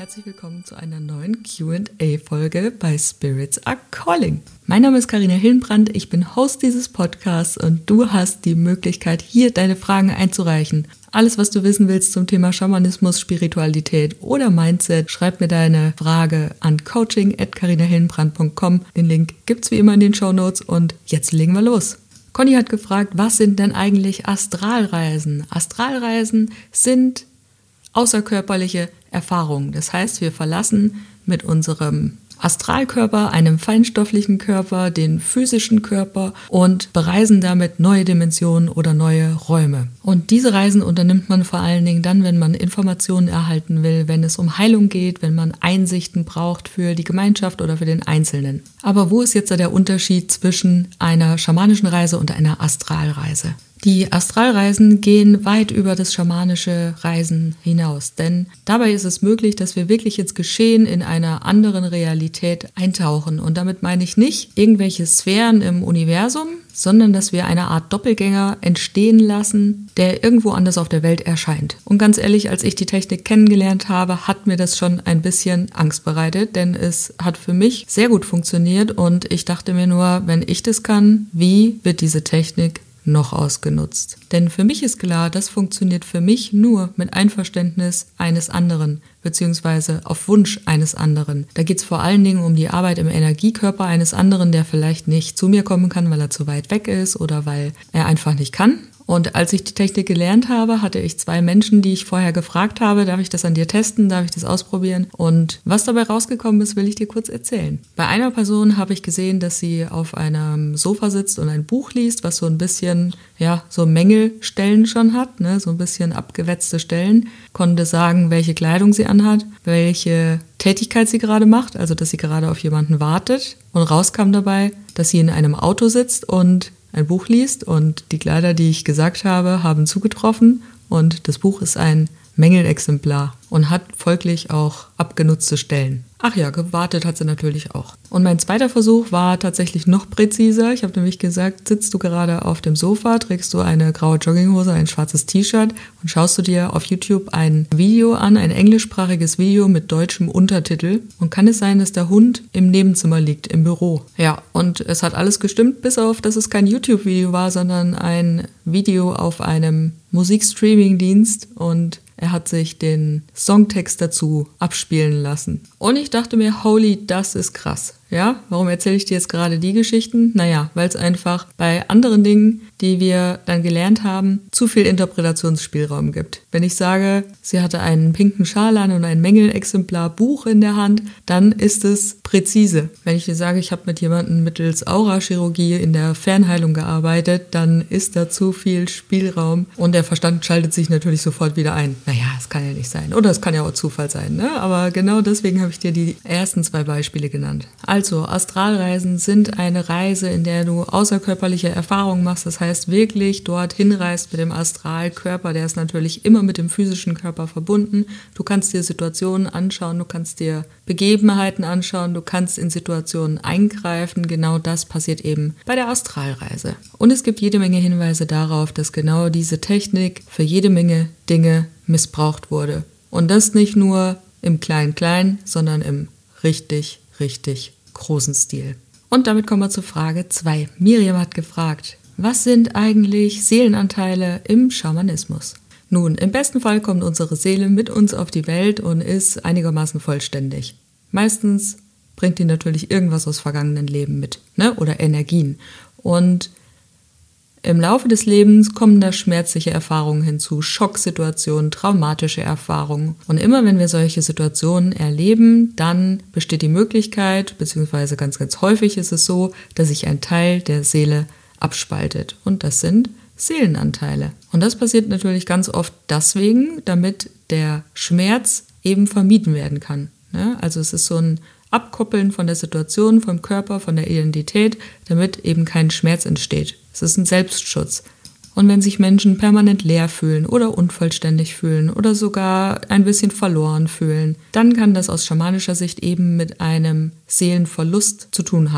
herzlich willkommen zu einer neuen Q&A-Folge bei Spirits Are Calling. Mein Name ist Carina Hillenbrand, ich bin Host dieses Podcasts und du hast die Möglichkeit, hier deine Fragen einzureichen. Alles, was du wissen willst zum Thema Schamanismus, Spiritualität oder Mindset, schreib mir deine Frage an coaching@carinahillenbrand.com. Den Link gibt's wie immer in den Shownotes und jetzt legen wir los. Conny hat gefragt, was sind denn eigentlich Astralreisen? Astralreisen sind außerkörperliche Erfahrungen. Das heißt, wir verlassen mit unserem Astralkörper, einem feinstofflichen Körper, den physischen Körper und bereisen damit neue Dimensionen oder neue Räume. Und diese Reisen unternimmt man vor allen Dingen dann, wenn man Informationen erhalten will, wenn es um Heilung geht, wenn man Einsichten braucht für die Gemeinschaft oder für den Einzelnen. Aber wo ist jetzt der Unterschied zwischen einer schamanischen Reise und einer Astralreise? Die Astralreisen gehen weit über das schamanische Reisen hinaus, denn dabei ist es möglich, dass wir wirklich ins Geschehen in einer anderen Realität eintauchen. Und damit meine ich nicht irgendwelche Sphären im Universum, sondern dass wir eine Art Doppelgänger entstehen lassen, der irgendwo anders auf der Welt erscheint. Und ganz ehrlich, als ich die Technik kennengelernt habe, hat mir das schon ein bisschen Angst bereitet, denn es hat für mich sehr gut funktioniert und ich dachte mir nur, wenn ich das kann, wie wird diese Technik noch ausgenutzt? Denn für mich ist klar, das funktioniert für mich nur mit Einverständnis eines anderen, beziehungsweise auf Wunsch eines anderen. Da geht es vor allen Dingen um die Arbeit im Energiekörper eines anderen, der vielleicht nicht zu mir kommen kann, weil er zu weit weg ist oder weil er einfach nicht kann. Und als ich die Technik gelernt habe, hatte ich 2 Menschen, die ich vorher gefragt habe, darf ich das an dir testen, darf ich das ausprobieren? Und was dabei rausgekommen ist, will ich dir kurz erzählen. Bei einer Person habe ich gesehen, dass sie auf einem Sofa sitzt und ein Buch liest, was so ein bisschen, so Mängelstellen schon hat, ne? So ein bisschen abgewetzte Stellen. Konnte sagen, welche Kleidung sie anhat, welche Tätigkeit sie gerade macht, also dass sie gerade auf jemanden wartet. Und rauskam dabei, dass sie in einem Auto sitzt und ein Buch liest und die Kleider, die ich gesagt habe, haben zugetroffen und das Buch ist ein Mängelexemplar und hat folglich auch abgenutzte Stellen. Ach ja, gewartet hat sie natürlich auch. Und mein zweiter Versuch war tatsächlich noch präziser. Ich habe nämlich gesagt, sitzt du gerade auf dem Sofa, trägst du eine graue Jogginghose, ein schwarzes T-Shirt und schaust du dir auf YouTube ein Video an, ein englischsprachiges Video mit deutschem Untertitel. Und kann es sein, dass der Hund im Nebenzimmer liegt, im Büro? Ja, und es hat alles gestimmt, bis auf, dass es kein YouTube-Video war, sondern ein Video auf einem Musikstreaming-Dienst und er hat sich den Songtext dazu abspielen lassen. Und ich dachte mir, holy, das ist krass. Ja, warum erzähle ich dir jetzt gerade die Geschichten? Naja, weil es einfach bei anderen Dingen, die wir dann gelernt haben, zu viel Interpretationsspielraum gibt. Wenn ich sage, sie hatte einen pinken Schal an und ein Mängelexemplar Buch in der Hand, dann ist es präzise. Wenn ich dir sage, ich habe mit jemandem mittels Aurachirurgie in der Fernheilung gearbeitet, dann ist da zu viel Spielraum und der Verstand schaltet sich natürlich sofort wieder ein. Naja, es kann ja nicht sein. Oder es kann ja auch Zufall sein, ne? Aber genau deswegen habe ich dir die ersten 2 Beispiele genannt. Also, Astralreisen sind eine Reise, in der du außerkörperliche Erfahrungen machst. Das heißt, wirklich dorthin reist mit dem Astralkörper. Der ist natürlich immer mit dem physischen Körper verbunden. Du kannst dir Situationen anschauen, du kannst dir Begebenheiten anschauen, du kannst in Situationen eingreifen. Genau das passiert eben bei der Astralreise. Und es gibt jede Menge Hinweise darauf, dass genau diese Technik für jede Menge Dinge missbraucht wurde. Und das nicht nur im Klein-Klein, sondern im richtig großen Stil. Und damit kommen wir zu Frage 2. Miriam hat gefragt, was sind eigentlich Seelenanteile im Schamanismus? Nun, im besten Fall kommt unsere Seele mit uns auf die Welt und ist einigermaßen vollständig. Meistens bringt die natürlich irgendwas aus vergangenen Leben mit, ne? Oder Energien. Und im Laufe des Lebens kommen da schmerzliche Erfahrungen hinzu, Schocksituationen, traumatische Erfahrungen. Und immer wenn wir solche Situationen erleben, dann besteht die Möglichkeit, beziehungsweise ganz häufig ist es so, dass sich ein Teil der Seele abspaltet. Und das sind Seelenanteile. Und das passiert natürlich ganz oft deswegen, damit der Schmerz eben vermieden werden kann. Ja, also es ist so ein Abkoppeln von der Situation, vom Körper, von der Identität, damit eben kein Schmerz entsteht. Es ist ein Selbstschutz. Und wenn sich Menschen permanent leer fühlen oder unvollständig fühlen oder sogar ein bisschen verloren fühlen, dann kann das aus schamanischer Sicht eben mit einem Seelenverlust zu tun haben.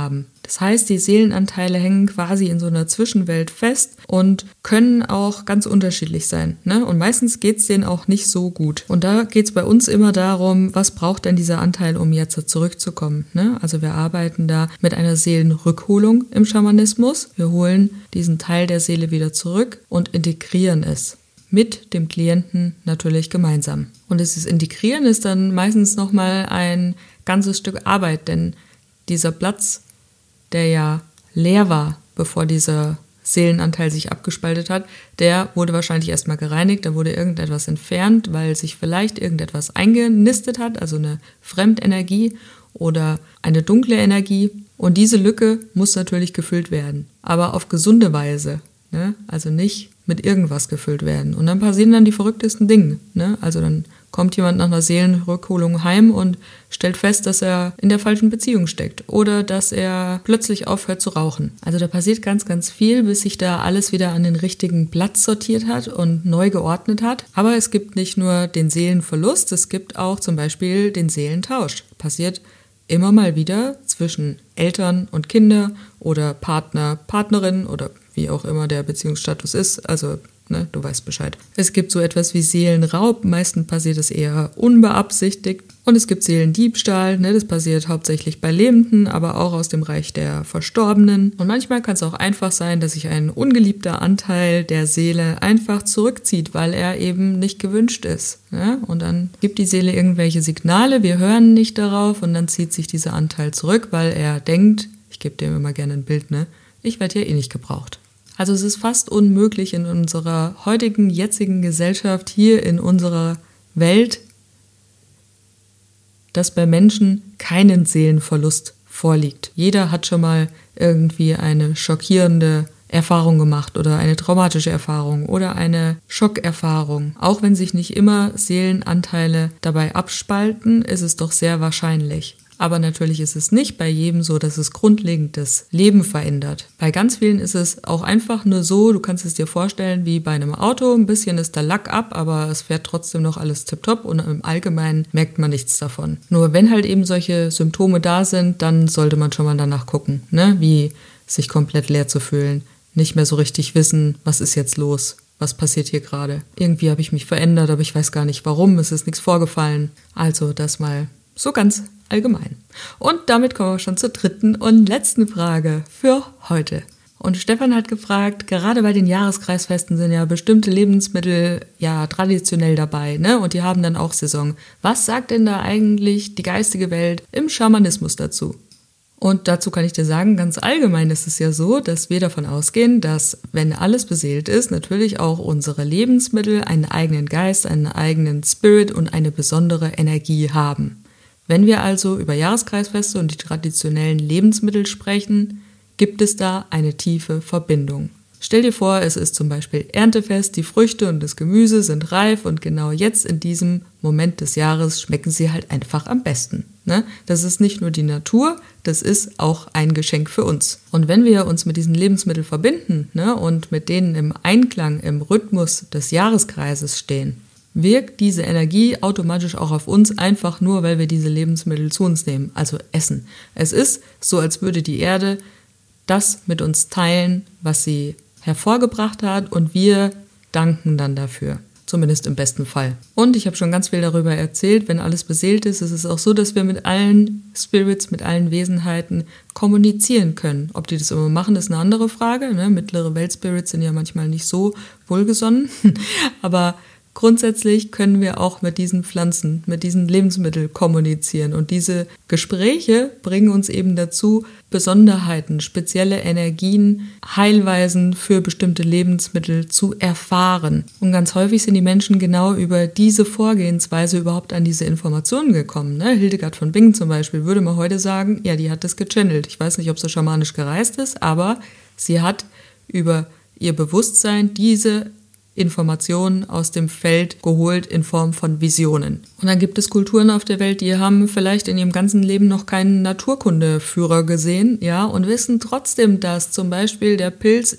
Das heißt, die Seelenanteile hängen quasi in so einer Zwischenwelt fest und können auch ganz unterschiedlich sein, ne? Und meistens geht's denen auch nicht so gut. Und da geht's bei uns immer darum, was braucht denn dieser Anteil, um jetzt zurückzukommen, ne? Also wir arbeiten da mit einer Seelenrückholung im Schamanismus. Wir holen diesen Teil der Seele wieder zurück und integrieren es. Mit dem Klienten natürlich gemeinsam. Und dieses Integrieren ist dann meistens nochmal ein ganzes Stück Arbeit, denn dieser Platz, der ja leer war, bevor dieser Seelenanteil sich abgespaltet hat, der wurde wahrscheinlich erstmal gereinigt, da wurde irgendetwas entfernt, weil sich vielleicht irgendetwas eingenistet hat, also eine Fremdenergie oder eine dunkle Energie. Und diese Lücke muss natürlich gefüllt werden, aber auf gesunde Weise, ne? Also nicht mit irgendwas gefüllt werden. Und dann passieren dann die verrücktesten Dinge, ne? Also dann kommt jemand nach einer Seelenrückholung heim und stellt fest, dass er in der falschen Beziehung steckt oder dass er plötzlich aufhört zu rauchen. Also da passiert ganz, ganz viel, bis sich da alles wieder an den richtigen Platz sortiert hat und neu geordnet hat. Aber es gibt nicht nur den Seelenverlust, es gibt auch zum Beispiel den Seelentausch. Passiert immer mal wieder zwischen Eltern und Kinder oder Partner, Partnerin oder wie auch immer der Beziehungsstatus ist, also ne, du weißt Bescheid. Es gibt so etwas wie Seelenraub, meistens passiert es eher unbeabsichtigt. Und es gibt Seelendiebstahl, ne, das passiert hauptsächlich bei Lebenden, aber auch aus dem Reich der Verstorbenen. Und manchmal kann es auch einfach sein, dass sich ein ungeliebter Anteil der Seele einfach zurückzieht, weil er eben nicht gewünscht ist. Ne? Und dann gibt die Seele irgendwelche Signale, wir hören nicht darauf und dann zieht sich dieser Anteil zurück, weil er denkt, ich gebe dem immer gerne ein Bild, ne, ich werde ja eh nicht gebraucht. Also es ist fast unmöglich in unserer heutigen, jetzigen Gesellschaft, hier in unserer Welt, dass bei Menschen keinen Seelenverlust vorliegt. Jeder hat schon mal irgendwie eine schockierende Erfahrung gemacht oder eine traumatische Erfahrung oder eine Schockerfahrung. Auch wenn sich nicht immer Seelenanteile dabei abspalten, ist es doch sehr wahrscheinlich. Aber natürlich ist es nicht bei jedem so, dass es grundlegend das Leben verändert. Bei ganz vielen ist es auch einfach nur so, du kannst es dir vorstellen wie bei einem Auto, ein bisschen ist der Lack ab, aber es fährt trotzdem noch alles tipptopp und im Allgemeinen merkt man nichts davon. Nur wenn halt eben solche Symptome da sind, dann sollte man schon mal danach gucken, ne? Wie sich komplett leer zu fühlen, nicht mehr so richtig wissen, was ist jetzt los. Was passiert hier gerade? Irgendwie habe ich mich verändert, aber ich weiß gar nicht warum, es ist nichts vorgefallen. Also das mal so ganz allgemein. Und damit kommen wir schon zur dritten und letzten Frage für heute. Und Stefan hat gefragt, gerade bei den Jahreskreisfesten sind ja bestimmte Lebensmittel ja traditionell dabei, ne? Und die haben dann auch Saison. Was sagt denn da eigentlich die geistige Welt im Schamanismus dazu? Und dazu kann ich dir sagen, ganz allgemein ist es ja so, dass wir davon ausgehen, dass, wenn alles beseelt ist, natürlich auch unsere Lebensmittel einen eigenen Geist, einen eigenen Spirit und eine besondere Energie haben. Wenn wir also über Jahreskreisfeste und die traditionellen Lebensmittel sprechen, gibt es da eine tiefe Verbindung. Stell dir vor, es ist zum Beispiel Erntefest, die Früchte und das Gemüse sind reif und genau jetzt in diesem Moment des Jahres schmecken sie halt einfach am besten. Ne? Das ist nicht nur die Natur, das ist auch ein Geschenk für uns. Und wenn wir uns mit diesen Lebensmitteln verbinden, ne, und mit denen im Einklang, im Rhythmus des Jahreskreises stehen, wirkt diese Energie automatisch auch auf uns, einfach nur, weil wir diese Lebensmittel zu uns nehmen, also essen. Es ist so, als würde die Erde das mit uns teilen, was sie hervorgebracht hat und wir danken dann dafür. Zumindest im besten Fall. Und ich habe schon ganz viel darüber erzählt, wenn alles beseelt ist, ist es auch so, dass wir mit allen Spirits, mit allen Wesenheiten kommunizieren können. Ob die das immer machen, ist eine andere Frage. Ne? Mittlere Weltspirits sind ja manchmal nicht so wohlgesonnen, aber grundsätzlich können wir auch mit diesen Pflanzen, mit diesen Lebensmitteln kommunizieren. Und diese Gespräche bringen uns eben dazu, Besonderheiten, spezielle Energien, Heilweisen für bestimmte Lebensmittel zu erfahren. Und ganz häufig sind die Menschen genau über diese Vorgehensweise überhaupt an diese Informationen gekommen. Ne? Hildegard von Bingen zum Beispiel würde man heute sagen, ja, die hat das gechannelt. Ich weiß nicht, ob sie schamanisch gereist ist, aber sie hat über ihr Bewusstsein diese Informationen aus dem Feld geholt in Form von Visionen. Und dann gibt es Kulturen auf der Welt, die haben vielleicht in ihrem ganzen Leben noch keinen Naturkundeführer gesehen, ja, und wissen trotzdem, dass zum Beispiel der Pilz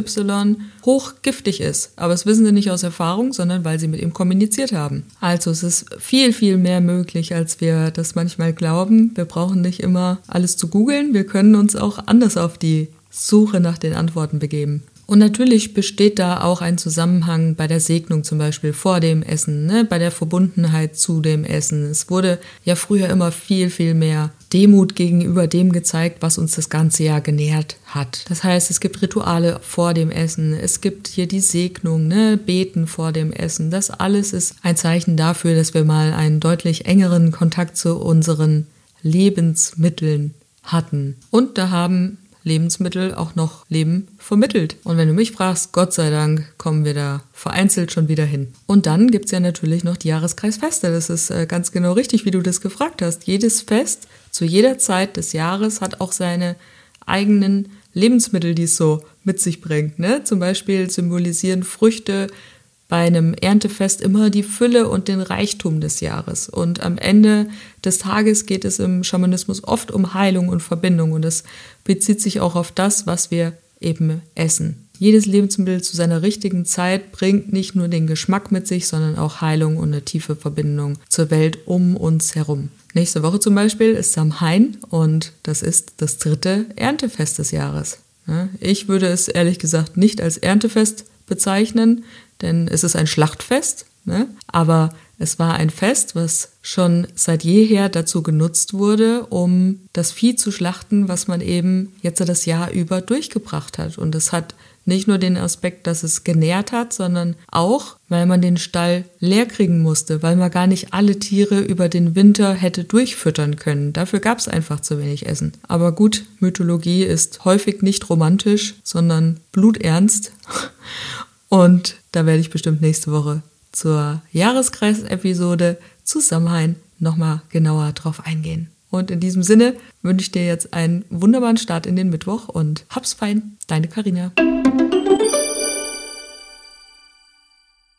XY hochgiftig ist. Aber das wissen sie nicht aus Erfahrung, sondern weil sie mit ihm kommuniziert haben. Also es ist viel, viel mehr möglich, als wir das manchmal glauben. Wir brauchen nicht immer alles zu googeln, wir können uns auch anders auf die Suche nach den Antworten begeben. Und natürlich besteht da auch ein Zusammenhang bei der Segnung zum Beispiel vor dem Essen, ne? Bei der Verbundenheit zu dem Essen. Es wurde ja früher immer viel, viel mehr Demut gegenüber dem gezeigt, was uns das ganze Jahr genährt hat. Das heißt, es gibt Rituale vor dem Essen, es gibt hier die Segnung, ne? Beten vor dem Essen. Das alles ist ein Zeichen dafür, dass wir mal einen deutlich engeren Kontakt zu unseren Lebensmitteln hatten. Und da haben Lebensmittel auch noch Leben vermittelt. Und wenn du mich fragst, Gott sei Dank, kommen wir da vereinzelt schon wieder hin. Und dann gibt's ja natürlich noch die Jahreskreisfeste. Das ist ganz genau richtig, wie du das gefragt hast. Jedes Fest zu jeder Zeit des Jahres hat auch seine eigenen Lebensmittel, die es so mit sich bringt. Ne? Zum Beispiel symbolisieren Früchte bei einem Erntefest immer die Fülle und den Reichtum des Jahres. Und am Ende des Tages geht es im Schamanismus oft um Heilung und Verbindung. Und das bezieht sich auch auf das, was wir eben essen. Jedes Lebensmittel zu seiner richtigen Zeit bringt nicht nur den Geschmack mit sich, sondern auch Heilung und eine tiefe Verbindung zur Welt um uns herum. Nächste Woche zum Beispiel ist Samhain und das ist das 3. Erntefest des Jahres. Ich würde es ehrlich gesagt nicht als Erntefest bezeichnen, denn es ist ein Schlachtfest, ne? Aber es war ein Fest, was schon seit jeher dazu genutzt wurde, um das Vieh zu schlachten, was man eben jetzt das Jahr über durchgebracht hat. Und es hat nicht nur den Aspekt, dass es genährt hat, sondern auch, weil man den Stall leer kriegen musste, weil man gar nicht alle Tiere über den Winter hätte durchfüttern können. Dafür gab es einfach zu wenig Essen. Aber gut, Mythologie ist häufig nicht romantisch, sondern bluternst. Und da werde ich bestimmt nächste Woche zur Jahreskreisepisode zu Samhain nochmal genauer drauf eingehen. Und in diesem Sinne wünsche ich dir jetzt einen wunderbaren Start in den Mittwoch und hab's fein, deine Carina.